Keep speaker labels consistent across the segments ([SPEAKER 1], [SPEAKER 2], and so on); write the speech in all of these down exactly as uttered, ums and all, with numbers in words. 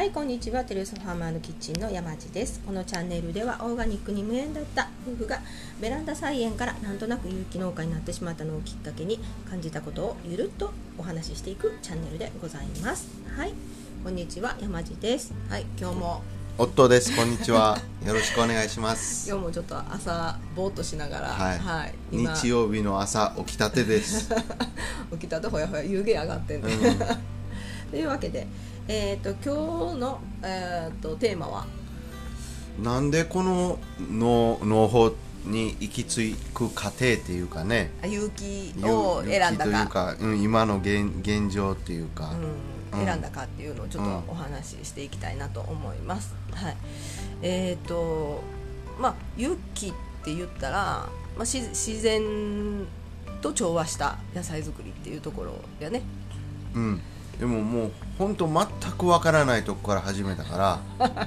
[SPEAKER 1] はい、こんにちは。テレスファーマーのキッチンの山地です。このチャンネルではオーガニックに無縁だった夫婦がベランダ菜園からなんとなく有機農家になってしまったのをきっかけに感じたことをゆるっとお話ししていくチャンネルでございます。はい、こんにちは、山地です。はい、今日も
[SPEAKER 2] 夫です。こんにちは。よろしくお願いします。
[SPEAKER 1] 今日もちょっと朝ぼーっとしながら、
[SPEAKER 2] はい
[SPEAKER 1] はい、
[SPEAKER 2] 日曜日の朝起きたてです
[SPEAKER 1] 起きたてほやほや湯気上がってんね、うん、というわけで、えー、と今日の、えー、とテーマは
[SPEAKER 2] なんでこの農農法に行き着く過程っていうかね、
[SPEAKER 1] 有機を選んだか、
[SPEAKER 2] 有機というか、うん、今の 現, 現状っていうか、
[SPEAKER 1] うん、選んだかっていうのをちょっとお話ししていきたいなと思います、うん、はい。えっ、ー、とまあ有機って言ったら、まあ、自然と調和した野菜作りっていうところやね。
[SPEAKER 2] うん、でももう本当全くわからないとこから始めたから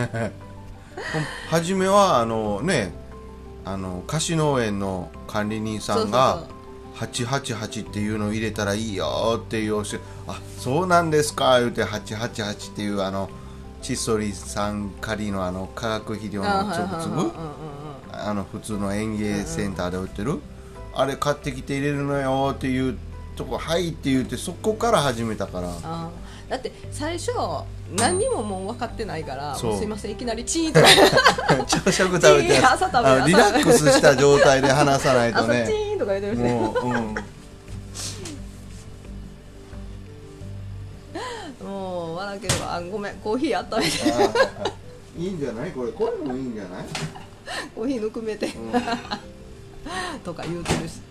[SPEAKER 2] 初めはあのねあの貸し農園の管理人さんがはちはちはちっていうのを入れたらいいよっていう教え、あ、そうなんですか言うてはちはちはちっていうあのチッソリ酸カリのあの化学肥料の粒々、あの普通の園芸センターで売ってる、うんうん、あれ買ってきて入れるのよっていうとこ、はいって言ってそこから始めたから。あ、
[SPEAKER 1] だって最初何にももう分かってないから、うん、すいませんいきなりチーンとか
[SPEAKER 2] 朝食食べて朝食べリラックスした状態で話さないとね
[SPEAKER 1] 朝チーンとか言ってるもう、うん、もう笑ければ、あ、ごめんコーヒーあっためて
[SPEAKER 2] いいんじゃないこれ、これもいいんじゃない
[SPEAKER 1] コーヒーぬくめて、うん、とか言うてるし、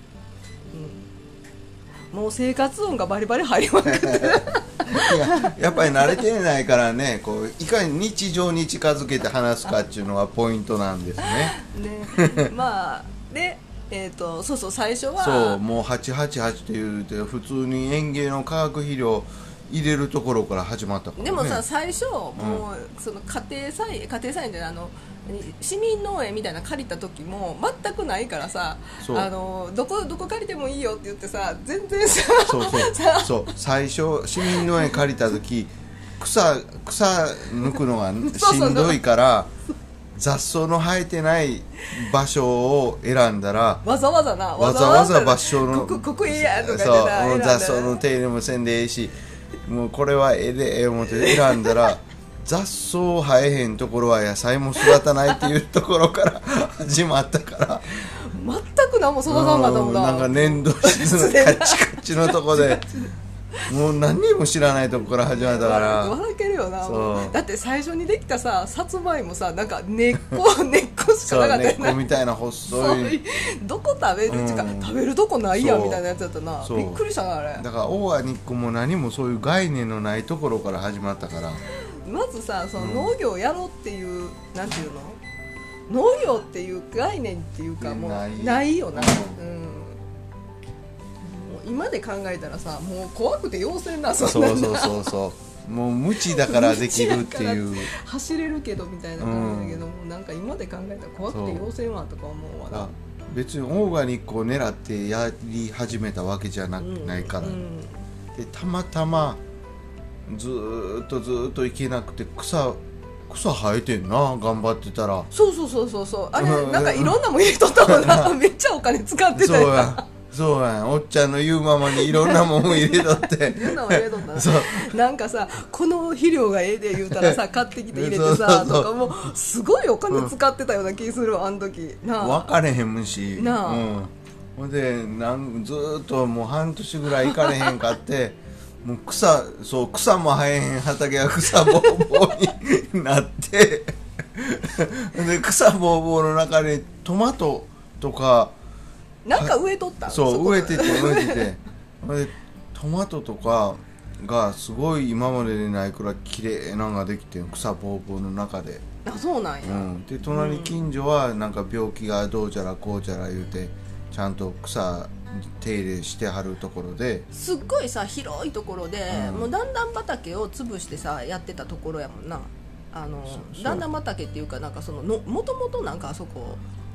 [SPEAKER 1] うん、もう生活音がバリバリ入りまくってる
[SPEAKER 2] いや、やっぱり慣れてないからね、こういかに日常に近づけて話すかっていうのがポイントなんですね。
[SPEAKER 1] ね、まあで、えーと、そうそう最初は
[SPEAKER 2] そうもうはちはちはちって言うて普通に園芸の化学肥料入れるところから始まったからね。
[SPEAKER 1] でもさ最初、うん、もうその家庭菜園家庭菜園であの市民農園みたいな借りた時も全くないからさ、あのどこどこ借りてもいいよって言ってさ全然さ
[SPEAKER 2] そうそうそう最初市民農園借りた時草草抜くのがしんどいから雑草の生えてない場所を選んだら
[SPEAKER 1] わざわざな
[SPEAKER 2] わざわざ場所の
[SPEAKER 1] ここここいいやとか
[SPEAKER 2] そう雑草の手入れもせんでええし、もうこれはええでええ思って選んだら雑草生えへんところは野菜も育たないっていうところから始まったから
[SPEAKER 1] 全く何も育たんかったもんな。
[SPEAKER 2] なんか粘土質のカチカチのとこでもう何にも知らないとこから始まったから
[SPEAKER 1] 笑けるよな。だって最初にできたささつまいもさなんか根っこ根っこしかなかったよな。
[SPEAKER 2] 根っこみたいな細い
[SPEAKER 1] どこ食べるっていうか、うん、食べるとこないやみたいなやつだったな。びっくりしたなあれ。
[SPEAKER 2] だからオーガニックも何もそういう概念のないところから始まったから、
[SPEAKER 1] まずさその農業をやろうっていう、うん、なんていうの農業っていう概念っていうかもうない、ないよな、うん、もう今で考えたらさもう怖くて要せんな。そんな
[SPEAKER 2] そうそうそうそうもう無知だからできるっていう
[SPEAKER 1] 走れるけどみたいな感じだけど、うん、もうなんか今で考えたら怖くて要せんわとか思うわな。
[SPEAKER 2] 別にオーガニックを狙ってやり始めたわけじゃ な,、うん、ないから、うん、でたまたまずーっとずーっと行けなくて草草生えてんな頑張ってたら。
[SPEAKER 1] そうそうそうそうそうあれなんかいろんなもん入れとったもんなめっちゃお金使ってたよ。
[SPEAKER 2] そうやそうやおっちゃんの言うままにいろんなもん入れとって
[SPEAKER 1] いろんなもん入れとったな。そうなんかさこの肥料がええで言うたらさ買ってきて入れてさそうそうそうとかもうすごいお金使ってたような気するわあの時な。
[SPEAKER 2] 分かれへんし
[SPEAKER 1] なあ、うん、
[SPEAKER 2] ほんでなんずーっともう半年ぐらい行かれへんかってもう草そう草も生えへん畑が草ぼうぼうになってで草ぼうぼうの中にトマトとか
[SPEAKER 1] なんか植えとった
[SPEAKER 2] そう植えてて植えててでトマトとかがすごい今までにないくらい綺麗なのができて草ぼうぼうの中で。
[SPEAKER 1] あそうなんや、
[SPEAKER 2] うん、で隣近所はなんか病気がどうちゃらこうちゃら言うてちゃんと草手入れしてはるところです
[SPEAKER 1] っごいさ広いところで、うん、もう段々畑を潰してさやってたところやもんな。あの段々畑っていうかなんかそののもともとなんかあそこ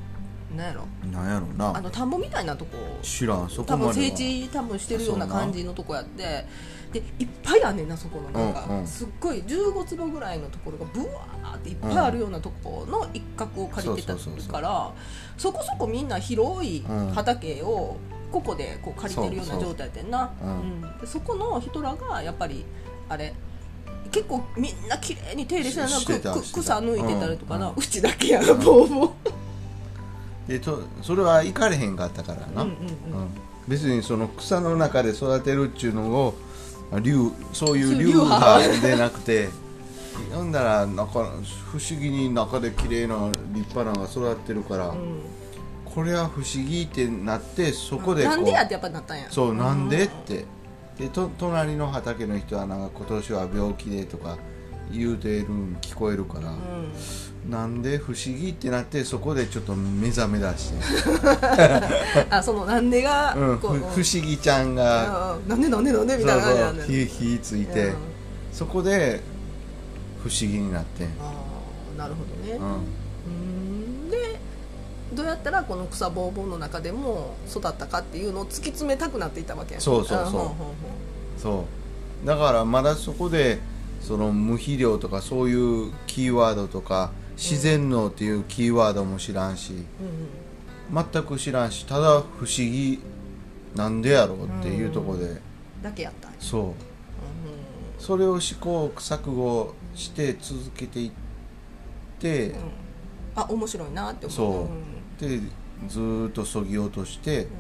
[SPEAKER 1] なんやろ
[SPEAKER 2] なんやろな
[SPEAKER 1] あの田んぼみたいなとこ
[SPEAKER 2] 知らんそこ
[SPEAKER 1] 多分
[SPEAKER 2] までは
[SPEAKER 1] 整地多分してるような感じのとこやってでいっぱいあんねんなそこのなんか、
[SPEAKER 2] うんうん、
[SPEAKER 1] すっごいじゅうごつぼぐらいのところがブワーっていっぱいあるようなところの一角を借りてたからそこそこみんな広い畑をここでこう借りてるような状態やってんな そ, う そ,、うんうん、でそこの人らがやっぱりあれ結構みんな綺麗に手入れしてたな草抜いてたりとかな、うんうん、うちだけやろボーボー
[SPEAKER 2] でとそれは行かれへんかったからな、うんうんうんうん、別にその草の中で育てるっちゅうのを流そういう流派でなくて読んだらなんか不思議に中で綺麗な立派なのが育ってるから、うん、これは不思議ってなってそこでこう、
[SPEAKER 1] なんでやってやっぱなったんや
[SPEAKER 2] そうなんでってでと隣の畑の人はなんか今年は病気でとか言うてるに聞こえるから、うん、なんで不思議ってなってそこでちょっと目覚め出して
[SPEAKER 1] あそのなんでが、
[SPEAKER 2] うんこう不思議ちゃんが
[SPEAKER 1] なんでなんでなんでみたいな感じなんだよ
[SPEAKER 2] 火火ついて、うん、そこで不思議になって
[SPEAKER 1] ああなるほどね、うん、うんでどうやったらこの草ぼうぼうの中でも育ったかっていうのを突き詰めたくなっていたわけやね
[SPEAKER 2] そうそうそう、うん、そうだからまだそこでその無肥料とかそういうキーワードとか自然農っていうキーワードも知らんし、うん、全く知らんしただ不思議なんでやろうっていうところで、うん、
[SPEAKER 1] だけやったんや
[SPEAKER 2] そう、うん、それを試行錯誤して続けていって、うん、
[SPEAKER 1] あ面白いなって思う
[SPEAKER 2] そう、うん、でずーっとそぎ落として、うん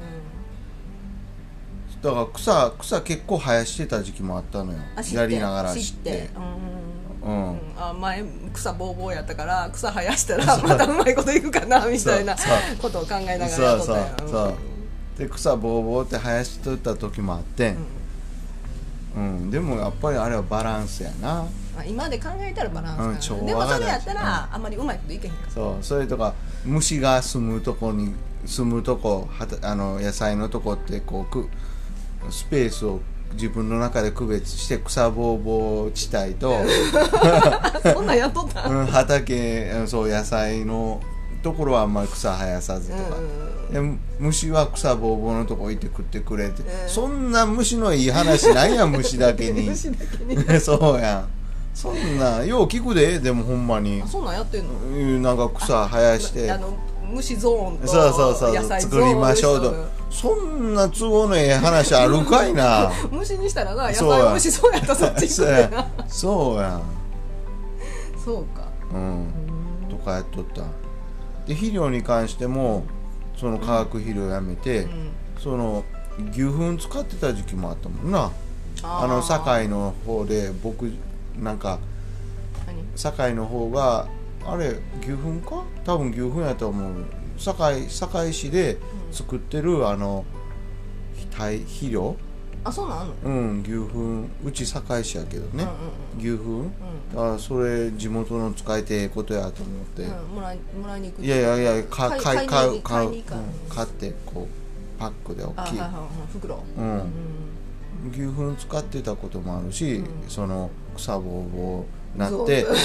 [SPEAKER 2] だから 草, 草結構生やしてた時期もあったのよやりながら知って、
[SPEAKER 1] うんうんうん、あ前草ぼうぼうやったから草生やしたらまたうまいこといくかなみたいなことを考えながらやっとったよ
[SPEAKER 2] そうそうそうで草ぼうぼうって生やしとった時もあって、うんうん、でもやっぱりあれはバランスやな
[SPEAKER 1] 今で考えたらバランスかな、うん、でもそれやったらあんまりうまいこといけへんから
[SPEAKER 2] そうそれとか虫が住むとこに住むとこはたあの野菜のとこってこうくスペースを自分の中で区別して草ぼうぼう地帯と
[SPEAKER 1] そんなんやっとった、
[SPEAKER 2] うん、畑そう野菜のところはあんまり草生やさずとか、うん、で虫は草ぼうぼうのとこ行って食ってくれて、うん、そんな虫のいい話ないやん虫だけに虫だけにそうやんそんなよう聞くででもほんまに
[SPEAKER 1] そんなんやってんの
[SPEAKER 2] なんか草生やして
[SPEAKER 1] あの虫ゾーンと
[SPEAKER 2] そうそうそう
[SPEAKER 1] 野菜ゾーン
[SPEAKER 2] 作りましょうとそんな都合のええ話あるかいな
[SPEAKER 1] 虫にしたらな野菜虫そうやったらそっち行くんだな
[SPEAKER 2] そうやん
[SPEAKER 1] そうか
[SPEAKER 2] うんとかやっとったで肥料に関してもその化学肥料やめて、うん、その牛糞使ってた時期もあったもんなあの堺の方で僕なんか堺の方があれ牛糞か多分牛糞やと思う堺堺市で作ってる、うん、あの肥料
[SPEAKER 1] あそうなの
[SPEAKER 2] うん牛糞うち堺市やけどね、うんうんうん、牛糞、うん、だからそれ地元の使いてえことやと思って、うん、
[SPEAKER 1] もらいもらいに行く
[SPEAKER 2] いやいやいやか買い買い買う買う、うん、買ってこうパックで大きい
[SPEAKER 1] あ袋
[SPEAKER 2] うん、うん、牛糞使ってたこともあるし、うん、その草ぼうぼうなって、うん、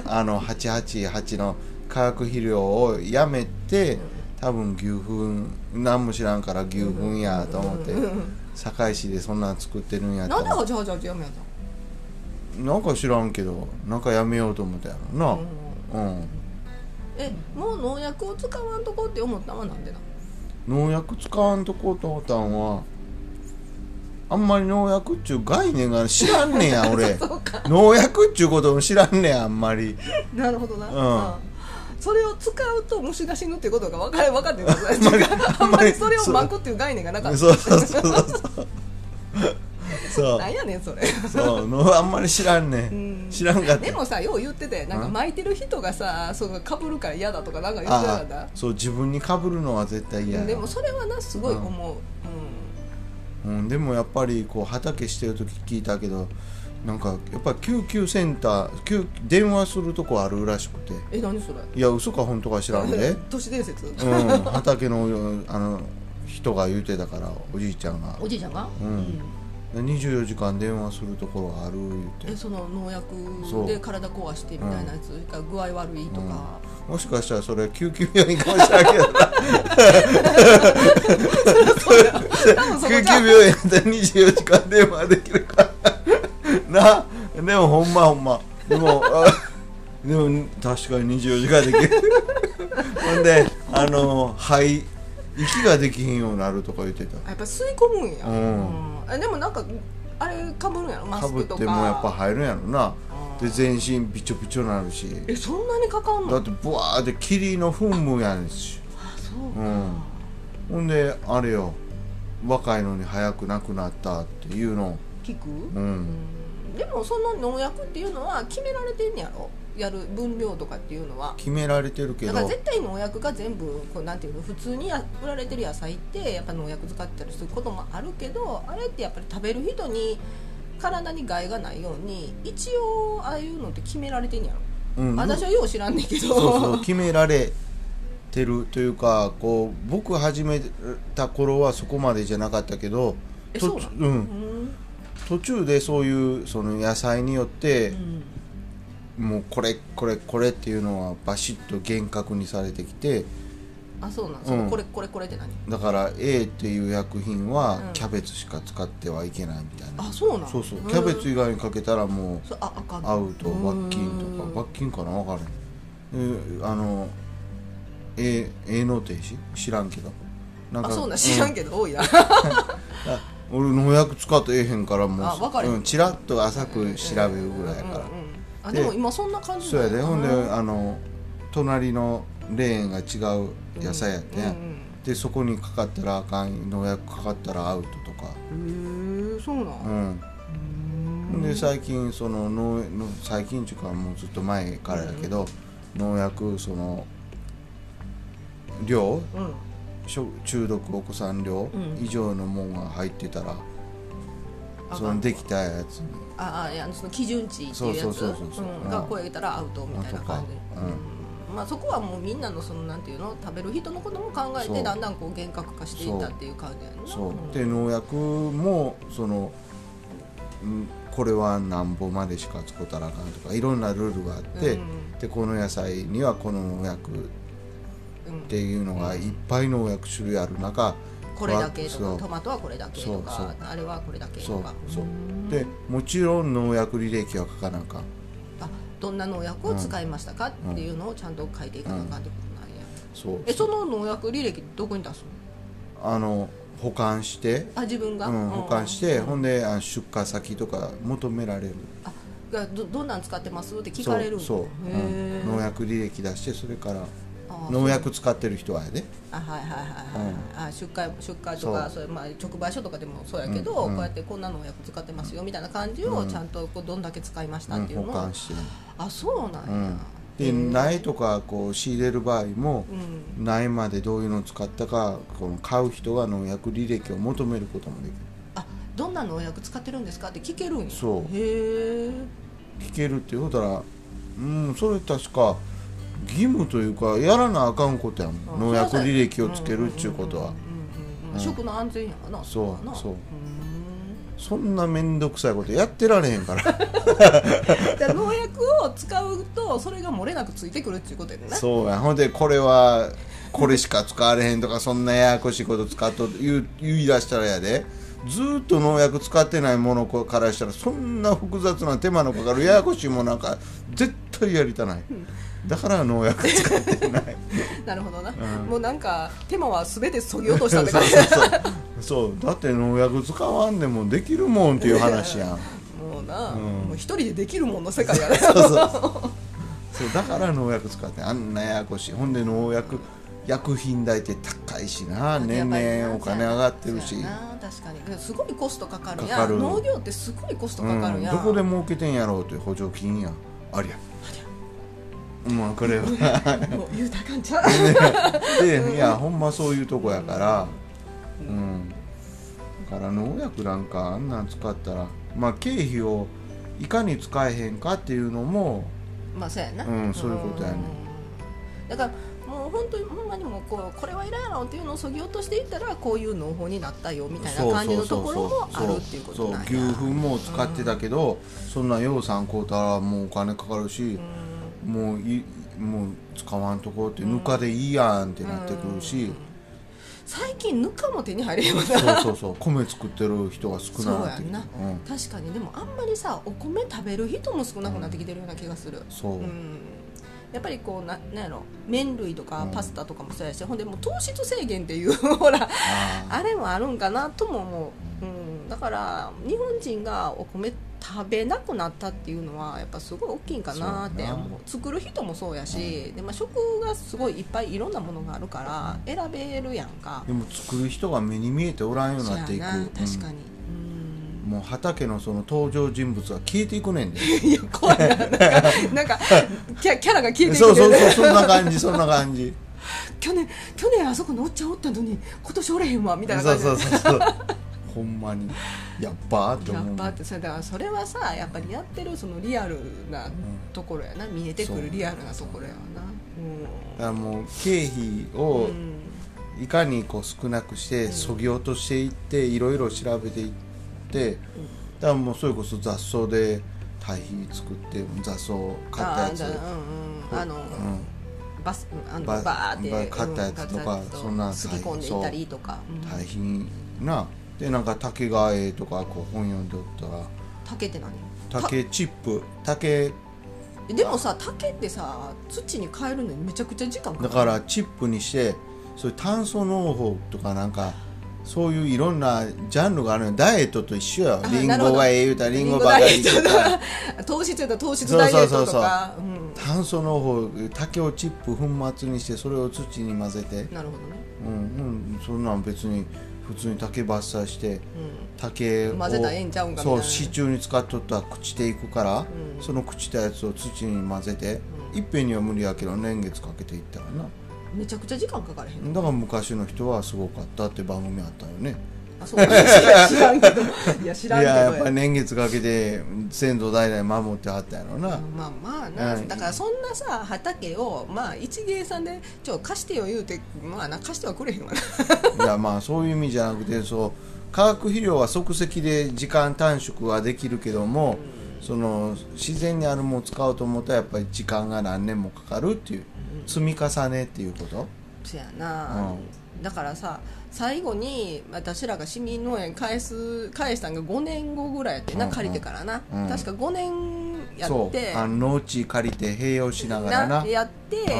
[SPEAKER 2] あのはちはちはちの化学肥料をやめて、うん、多分牛糞何も知らんから牛糞やと思って、うん、堺市でそんなん作ってるんやったら
[SPEAKER 1] なんではちはちはちやめや
[SPEAKER 2] ったなんか知らんけどなんかやめようと思ったやろな、うん、うん、
[SPEAKER 1] えもう農薬を使わんとこって思ったのはなんでな
[SPEAKER 2] 農薬使わんとこと思ったんはあんまり農薬っちゅう概念が知らんねや俺農薬っちゅうことも知らんねやあんまり
[SPEAKER 1] なるほどな、うん、それを使うと虫が死ぬっていうことが分かる分かってるあんまりそれを巻くっていう概念がなかった
[SPEAKER 2] そうそうそうそうそう
[SPEAKER 1] なんやねんそれ
[SPEAKER 2] そうのあんまり知らんねん、うん、知らんかった
[SPEAKER 1] でもさよう言っててなんか巻いてる人がさその被るから嫌だとかなんか言ってなかった
[SPEAKER 2] そう自分に被るのは絶対嫌や
[SPEAKER 1] でもそれはなすごい思う、うん
[SPEAKER 2] うん、でもやっぱりこう畑してる時聞いたけどなんかやっぱり救急センター救電話するとこあるらしくて
[SPEAKER 1] え何それ
[SPEAKER 2] いや嘘か本当か知らんで
[SPEAKER 1] 都市伝説、
[SPEAKER 2] うん、畑のあの人が言うてたからおじいちゃんが
[SPEAKER 1] おじいちゃんが、うん、
[SPEAKER 2] にじゅうよじかん電話するところある言って。
[SPEAKER 1] えその農薬で体壊してみたいなやつが具合悪いとか、
[SPEAKER 2] うん、もしかしたらそれは救急病院かもしれないけどな救急病院やったらにじゅうよじかん電話できるからな。でもほんまほんまでもでも確かににじゅうよじかんできるほんであの肺息ができひんようになるとか言ってた。
[SPEAKER 1] やっぱ吸い込むんや、
[SPEAKER 2] うん
[SPEAKER 1] うん、でもなんかあれかぶるんやろマスクとか。
[SPEAKER 2] かぶってもやっぱ入るんやろな。で全身ビチョビチョなるし。
[SPEAKER 1] えそんなにかかんの？
[SPEAKER 2] だってブワーって霧の噴霧やねんし。
[SPEAKER 1] あそうか、
[SPEAKER 2] うん、ほんであれよ若いのに早く亡くなったっていうの
[SPEAKER 1] 聞く、
[SPEAKER 2] うん、
[SPEAKER 1] うん、でもその農薬っていうのは決められてんねやろ、やる分量とかっていうのは
[SPEAKER 2] 決められてるけど、
[SPEAKER 1] だから絶対農薬が全部こうなんていうの普通にや売られてる野菜ってやっぱ農薬使ったりすることもあるけど、あれってやっぱり食べる人に体に害がないように一応ああいうのって決められてんやろ、うん、私はよう知らんねんけど
[SPEAKER 2] そうそう決められてるというかこう僕始めた頃はそこまでじゃなかったけど
[SPEAKER 1] えそうなの、うん、
[SPEAKER 2] 途中でそういうその野菜によって、うん、もうこれこれこれっていうのはバシッと厳格にされてきて。
[SPEAKER 1] あそうなん、うん、そのこれこれこれって何
[SPEAKER 2] だから A っていう薬品はキャベツしか使ってはいけないみたいな、
[SPEAKER 1] うん、あそうなん
[SPEAKER 2] そうそうキャベツ以外にかけたらもう
[SPEAKER 1] ああかん
[SPEAKER 2] アウト罰金とか罰金かな分からへん、えあの A, A の停止知らんけど
[SPEAKER 1] なんかあそうなん知らんけど、うん、多いな
[SPEAKER 2] 俺農薬使ってええへんからもう
[SPEAKER 1] あ分かる、
[SPEAKER 2] うん、チラッと浅く調べるぐらいやから、うんうんうんうん、
[SPEAKER 1] あでも今そんな感じ
[SPEAKER 2] そうやでほんであの隣のレーンが違う野菜やって、うんうんうん、でそこにかかったらあかん農薬かかったらアウトとか。
[SPEAKER 1] へえそうなん、
[SPEAKER 2] うん、で最近その農最近っていうかもうずっと前からやけど、うん、農薬その量、うん、中毒お子さん量以上のものが入ってたら、うん、そのできたやつに
[SPEAKER 1] ああいやその基準値っていうやつが超えたらアウトみたいな感じで。まあ、そこはもうみんなのそのなんていうの食べる人のことも考えてだんだんこう厳格化していったっていう感じやね。
[SPEAKER 2] そう、うん、で農薬もそのこれはなんぼまでしか使ったらあかんとかいろんなルールがあって、うん、でこの野菜にはこの農薬っていうのがいっぱい農薬種類ある中、
[SPEAKER 1] これだけとかトマトはこれだけとかあれはこれだけとか
[SPEAKER 2] そうそうでもちろん農薬履歴は書かなあかん。
[SPEAKER 1] どんな農薬を使いましたかっていうのをちゃんと書いていかなあかんってことなんや、
[SPEAKER 2] うん、そう
[SPEAKER 1] えその農薬履歴どこに出す
[SPEAKER 2] のあの保管して
[SPEAKER 1] あ自分が、
[SPEAKER 2] うん、保管して、うん、ほんであ出荷先とか求められる。
[SPEAKER 1] あ ど, どんなん使ってますって聞かれるん
[SPEAKER 2] そうそう、うん、農薬履歴出してそれから農薬使ってる人はやで、
[SPEAKER 1] あはいはいはいはい、うん、あ出荷出荷とかそれ、まあ、直売所とかでもそうやけど、うんうん、こうやってこんな農薬使ってますよみたいな感じをちゃんとこうどんだけ使いましたっていうのを、うん、保管して、あそうなんや、うん、
[SPEAKER 2] で苗とかこう仕入れる場合も、うん、苗までどういうのを使ったかこの買う人が農薬履歴を求めることもできる。
[SPEAKER 1] あどんな農薬使ってるんですかって聞けるんや。
[SPEAKER 2] そう
[SPEAKER 1] へえ
[SPEAKER 2] 聞けるって言うたらうんそれ確か義務というかやらなあかんことやもん、うん、農薬履歴をつけるっちゅうことは
[SPEAKER 1] 食の安全やな。
[SPEAKER 2] そうそうそんな面倒くさいことやってられへんから
[SPEAKER 1] 農薬を使うとそれが漏れなくついてくるっていうことやねんな。
[SPEAKER 2] そうやほんでこれはこれしか使われへんとかそんなややこしいこと使っと言う言い出したらやでずっと農薬使ってないものからしたらそんな複雑な手間のかかるややこしいものなんか絶対やりたないだから農薬使ってない
[SPEAKER 1] なるほどな、うん、もうなんか手間は全てそぎ落としたって感じ
[SPEAKER 2] そうそうそうそうだって農薬使わんでもできるもんっていう話やん
[SPEAKER 1] もうな、うん、もう一人でできるもんの世界やね
[SPEAKER 2] そうそうそうそうだから農薬使ってあんなややこしいほんで農薬薬品代って高いしな年々お金上がってるし
[SPEAKER 1] 確かにすごいコストかかるやん農業ってすごいコストかかるやん、
[SPEAKER 2] うん、どこで儲けてんやろうって補助金やありゃまあこれは
[SPEAKER 1] もう言うたかんちゃう
[SPEAKER 2] でいやほんまそういうとこやから、うん、うん、だから農薬なんかあんなん使ったらまあ経費をいかに使えへんかっていうのも
[SPEAKER 1] まあそうやな、
[SPEAKER 2] うん、そういうことやね、
[SPEAKER 1] うん、だからももう本当にほんまにもうこうこれはいらんやろっていうのをそぎ落としていったらこういう農法になったよみたいな感じのところもあるっていうことなんや。
[SPEAKER 2] そう牛糞も使ってたけど、うん、そんな養蚕買うたらもうお金かかるし、うん、もういもう使わんとこってぬかでいいやんってなってくるし、うん、
[SPEAKER 1] 最近ぬかも手に入れへんよな。
[SPEAKER 2] そうそうそう米作ってる人が少なくなってきて、そうやんな、
[SPEAKER 1] うん、確かに。でもあんまりさお米食べる人も少なくなってきてるような気がする、うん、そう、うん、やっぱりこうななんやろ麺類とかパスタとかもそうやし、うん、ほんでもう糖質制限っていうほら あ, あれもあるんかなとも思う、うん、だから日本人がお米食べなくなったっていうのはやっぱすごい大きいんかなって思う。作る人もそうやし、で、まあ、食がすごいいっぱいいろんなものがあるから選べるやんか。
[SPEAKER 2] でも作る人が目に見えておらんようになっていく。
[SPEAKER 1] 確かに、
[SPEAKER 2] うん、もう畑のその登場人物が消えていくねんで
[SPEAKER 1] いや怖いな、なんかなんかキャ、キャラが消えていくねん、ね、
[SPEAKER 2] そうそうそう、そんな感じそんな感じ
[SPEAKER 1] 去年去年あそこのおっちゃんおったのに今年おれへんわみたいな感じ。
[SPEAKER 2] そうそうそうそうほんまにやっばーって思う。
[SPEAKER 1] やっばーってさ、だからそれはさやっぱりやってるそのリアルなところやな、うん、見えてくるリアルなところやわな、うん、
[SPEAKER 2] だからもう経費をいかにこう少なくしてそぎ落としていっていろいろ調べていって、うん、だからもうそれこそ雑草で堆肥作って雑草買ったやつ、あ、うんうん、あの、うん、
[SPEAKER 1] バスあのバーって
[SPEAKER 2] 買ったやつとか、うん、そんな
[SPEAKER 1] すき込んでいったりとか、
[SPEAKER 2] 堆肥なでなんか竹がええとかこう本読んでおったら、
[SPEAKER 1] 竹って何？
[SPEAKER 2] 竹チップ竹
[SPEAKER 1] でもさ竹ってさ土に変えるのにめちゃくちゃ時間かかる。
[SPEAKER 2] だからチップにしてそういう炭素農法とかなんかそういういろんなジャンルがあるの。ダイエットと一緒や。リンゴがええ言うたらリンゴばかりとか
[SPEAKER 1] 糖質やったら糖質ダイエットとか、
[SPEAKER 2] 炭素農法竹をチップ粉末にしてそれを土に混ぜて。
[SPEAKER 1] なるほどね、
[SPEAKER 2] うんうん、そんなん別に普通に竹伐採して、うん、竹を
[SPEAKER 1] 混ぜたらええんちゃうんかみたいな。
[SPEAKER 2] そう支柱に使っとったら朽ちていくから、うん、その朽ちたやつを土に混ぜて、うん、いっぺんには無理やけど年月かけていったらな。
[SPEAKER 1] めちゃくちゃ時間かかれへん。
[SPEAKER 2] だから昔の人はすごかったって番組あったよね。
[SPEAKER 1] あ、そうか知らんけどいや知らんけど、いや
[SPEAKER 2] やっぱり年月かけて先祖代々守ってはったやろな、
[SPEAKER 1] うん、まあまあな、うん、だからそんなさ畑をまあ一芸さんでちょ貸してよ言うてまあな貸してはくれへんわな。
[SPEAKER 2] いやまあそういう意味じゃなくて、そう化学肥料は即席で時間短縮はできるけども、うん、その自然にあるものを使おうと思ったらやっぱり時間が何年もかかるっていう、うん、積み重ねっていうこと。
[SPEAKER 1] そやな、うん、だからさ最後に私らが市民農園返す返したんがごねんごぐらいやってな、うんうん、借りてからな、うん、確かごねんやって、
[SPEAKER 2] そうあの農地借りて併用しながらな
[SPEAKER 1] やって、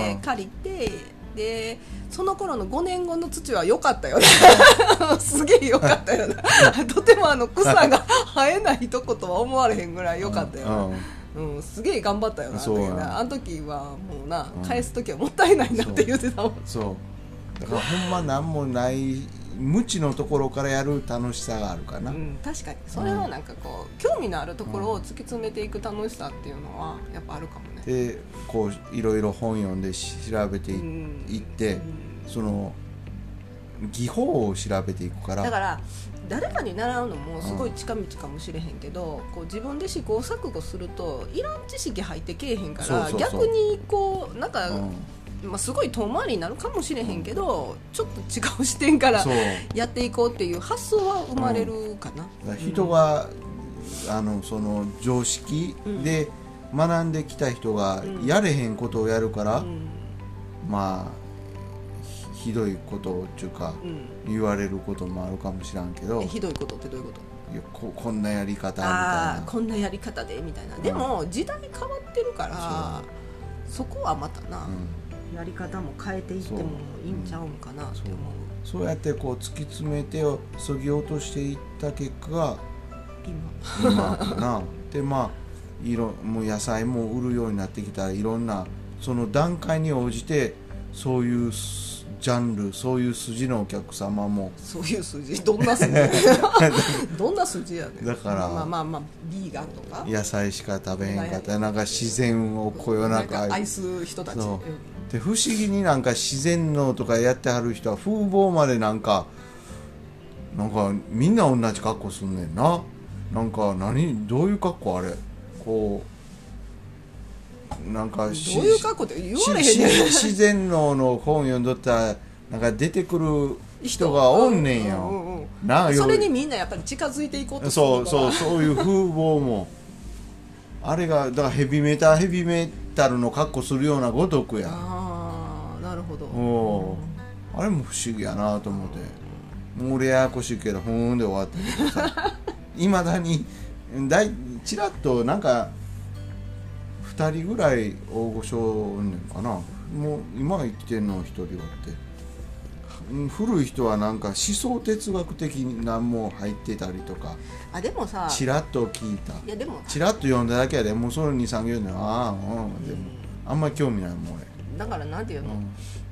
[SPEAKER 1] うん、借りてでその頃のごねんごの土は良かったよねすげえ良かったよなとてもあの草が生えないとことは思われへんぐらい良かったよな、うんうん、すげえ頑張ったよな。そうなあの時はもうな、うん、返す時はもったいないなって言ってたもん。
[SPEAKER 2] そうだからほんま何もない無知のところからやる楽しさがあるかな、うん、
[SPEAKER 1] 確かにそれはなんかこう興味のあるところを突き詰めていく楽しさっていうのはやっぱあるかもね。
[SPEAKER 2] でこういろいろ本読んで調べて い,、うん、いって、うん、その技法を調べていくから。
[SPEAKER 1] だから誰かに習うのもすごい近道かもしれへんけど、うん、こう自分で試行錯誤するといらん知識入ってけえへんから、そうそうそう逆にこうなんか、うんまあ、すごい遠回りになるかもしれへんけど、うん、ちょっと違う視点からやっていこうっていう発想は生まれるかな、
[SPEAKER 2] うん、人があのその常識で学んできた人がやれへんことをやるから、うん、まあひどいことっていうか、うん、言われることもあるかもしらんけど。
[SPEAKER 1] えひどいことってどういうこと？
[SPEAKER 2] いや こ, こんなやり方みたいな、
[SPEAKER 1] こんなやり方でみたいな、うん、でも時代変わってるから そ, そこはまたな、うん、やり方も変えていってもいいんちゃうんかなって思う。
[SPEAKER 2] そうやってこう突き詰めてをそぎ落としていった結果が今今かなでまあいろもう野菜も売るようになってきたらいろんなその段階に応じてそういうジャンルそういう筋のお客様も
[SPEAKER 1] そういう筋どんな筋どんな筋やねん。
[SPEAKER 2] だから
[SPEAKER 1] まあまあまあビーガンとか
[SPEAKER 2] 野菜しか食べへんかったらなんか自然をこよなく
[SPEAKER 1] 愛す人たち
[SPEAKER 2] で不思議になんか自然のとかやってはる人は風貌までなんかなんかみんな同じ格好すんねんな。なんか何どういう格好あれこなんか
[SPEAKER 1] どういう格好って言われへんねん。
[SPEAKER 2] しし自然のの本読んどったらなんか出てくる人がおんねんよ、
[SPEAKER 1] うんうんうん、
[SPEAKER 2] な
[SPEAKER 1] それにみんなやっぱり近づいていこうとする
[SPEAKER 2] そう
[SPEAKER 1] から
[SPEAKER 2] そうそういう風貌もあれがだからヘビメタヘビメタルの格好するようなごとくや。
[SPEAKER 1] ああなるほど。
[SPEAKER 2] おあれも不思議やなと思って、もう俺ややこしいけどふーんで終わったけどさいまだにだいちらっとなんかふたりぐらい大御所おんねんかな。もう今生きてんのひとりおって、古い人はなんか思想哲学的なも入ってたりとか。
[SPEAKER 1] あでもさ
[SPEAKER 2] ちらっと聞いた。
[SPEAKER 1] いやでも
[SPEAKER 2] ちらっと読んだだけやで、もうそのにさん行でああ、うん、でもあんまり興味ないもん俺。
[SPEAKER 1] だからなんていうの、うん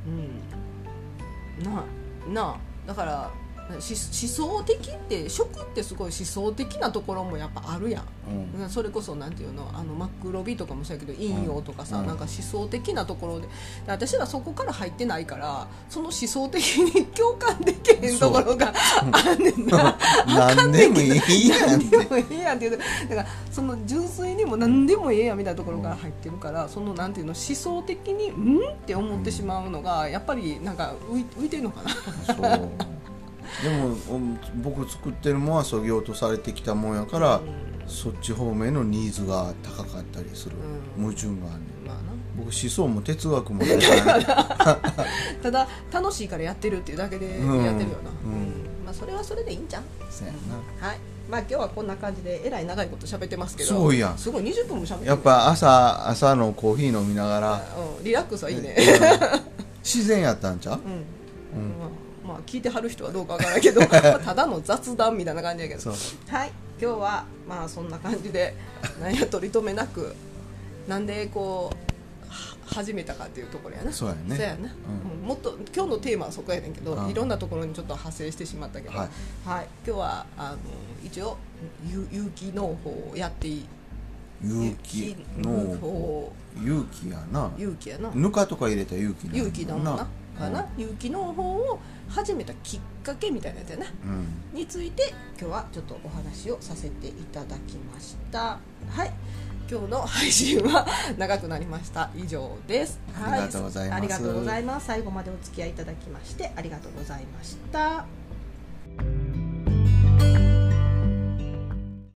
[SPEAKER 1] 、なあなあだからし思想的って食ってすごい思想的なところもやっぱあるやん、うん、それこそなんていうのあのマクロビとかもそうやけど陰陽とかさ、うん、なんか思想的なところで、で私らそこから入ってないからその思想的に共感できへんところがあんねんな
[SPEAKER 2] 何でもいいやんって
[SPEAKER 1] 何でもいいやんっていうだからその純粋にも何でもいいやんみたいなところから入ってるから、そのなんていうの思想的にうんって思ってしまうのがやっぱりなんか浮い、浮いてるのかな
[SPEAKER 2] そうでも僕作ってるものはそぎ落とされてきたもんやから、うん、そっち方面のニーズが高かったりする、うん、矛盾があるね、まあ、僕思想も哲学もない
[SPEAKER 1] ただ楽しいからやってるっていうだけでやってるよな、うんうんまあ、それはそれでいいんじゃん。
[SPEAKER 2] そうや
[SPEAKER 1] な、はいまあ、今日はこんな感じでえらい長いこと喋ってますけど
[SPEAKER 2] すごいやん
[SPEAKER 1] すごいにじゅっぷんも喋ってる
[SPEAKER 2] やっぱ朝朝のコーヒー飲みながら、
[SPEAKER 1] うん、リラックスはいいね
[SPEAKER 2] 自然やったんちゃう、うん
[SPEAKER 1] うんまあ、聞いてはる人はどうかわからんけどただの雑談みたいな感じやけどはい今日はまあそんな感じで何や取り留めなくなんでこう始めたかっていうところやな。
[SPEAKER 2] そうやね
[SPEAKER 1] そうやな、うん、もっと今日のテーマはそこやねんけど、うん、いろんなところにちょっと派生してしまったけど、はいはい、今日はあの一応有機農法をやっていい
[SPEAKER 2] 有機農法有機やな
[SPEAKER 1] 有機やな
[SPEAKER 2] ぬかとか入れた有機な
[SPEAKER 1] 有機だもんなかな、うん、有機農法を始めたきっかけみたいなやつやな、うん、について今日はちょっとお話をさせていただきました。はい今日の配信は長くなりました。以上です。
[SPEAKER 2] ありがとうございます、
[SPEAKER 1] はい、ありがとうございます。最後までお付き合いいただきましてありがとうございました。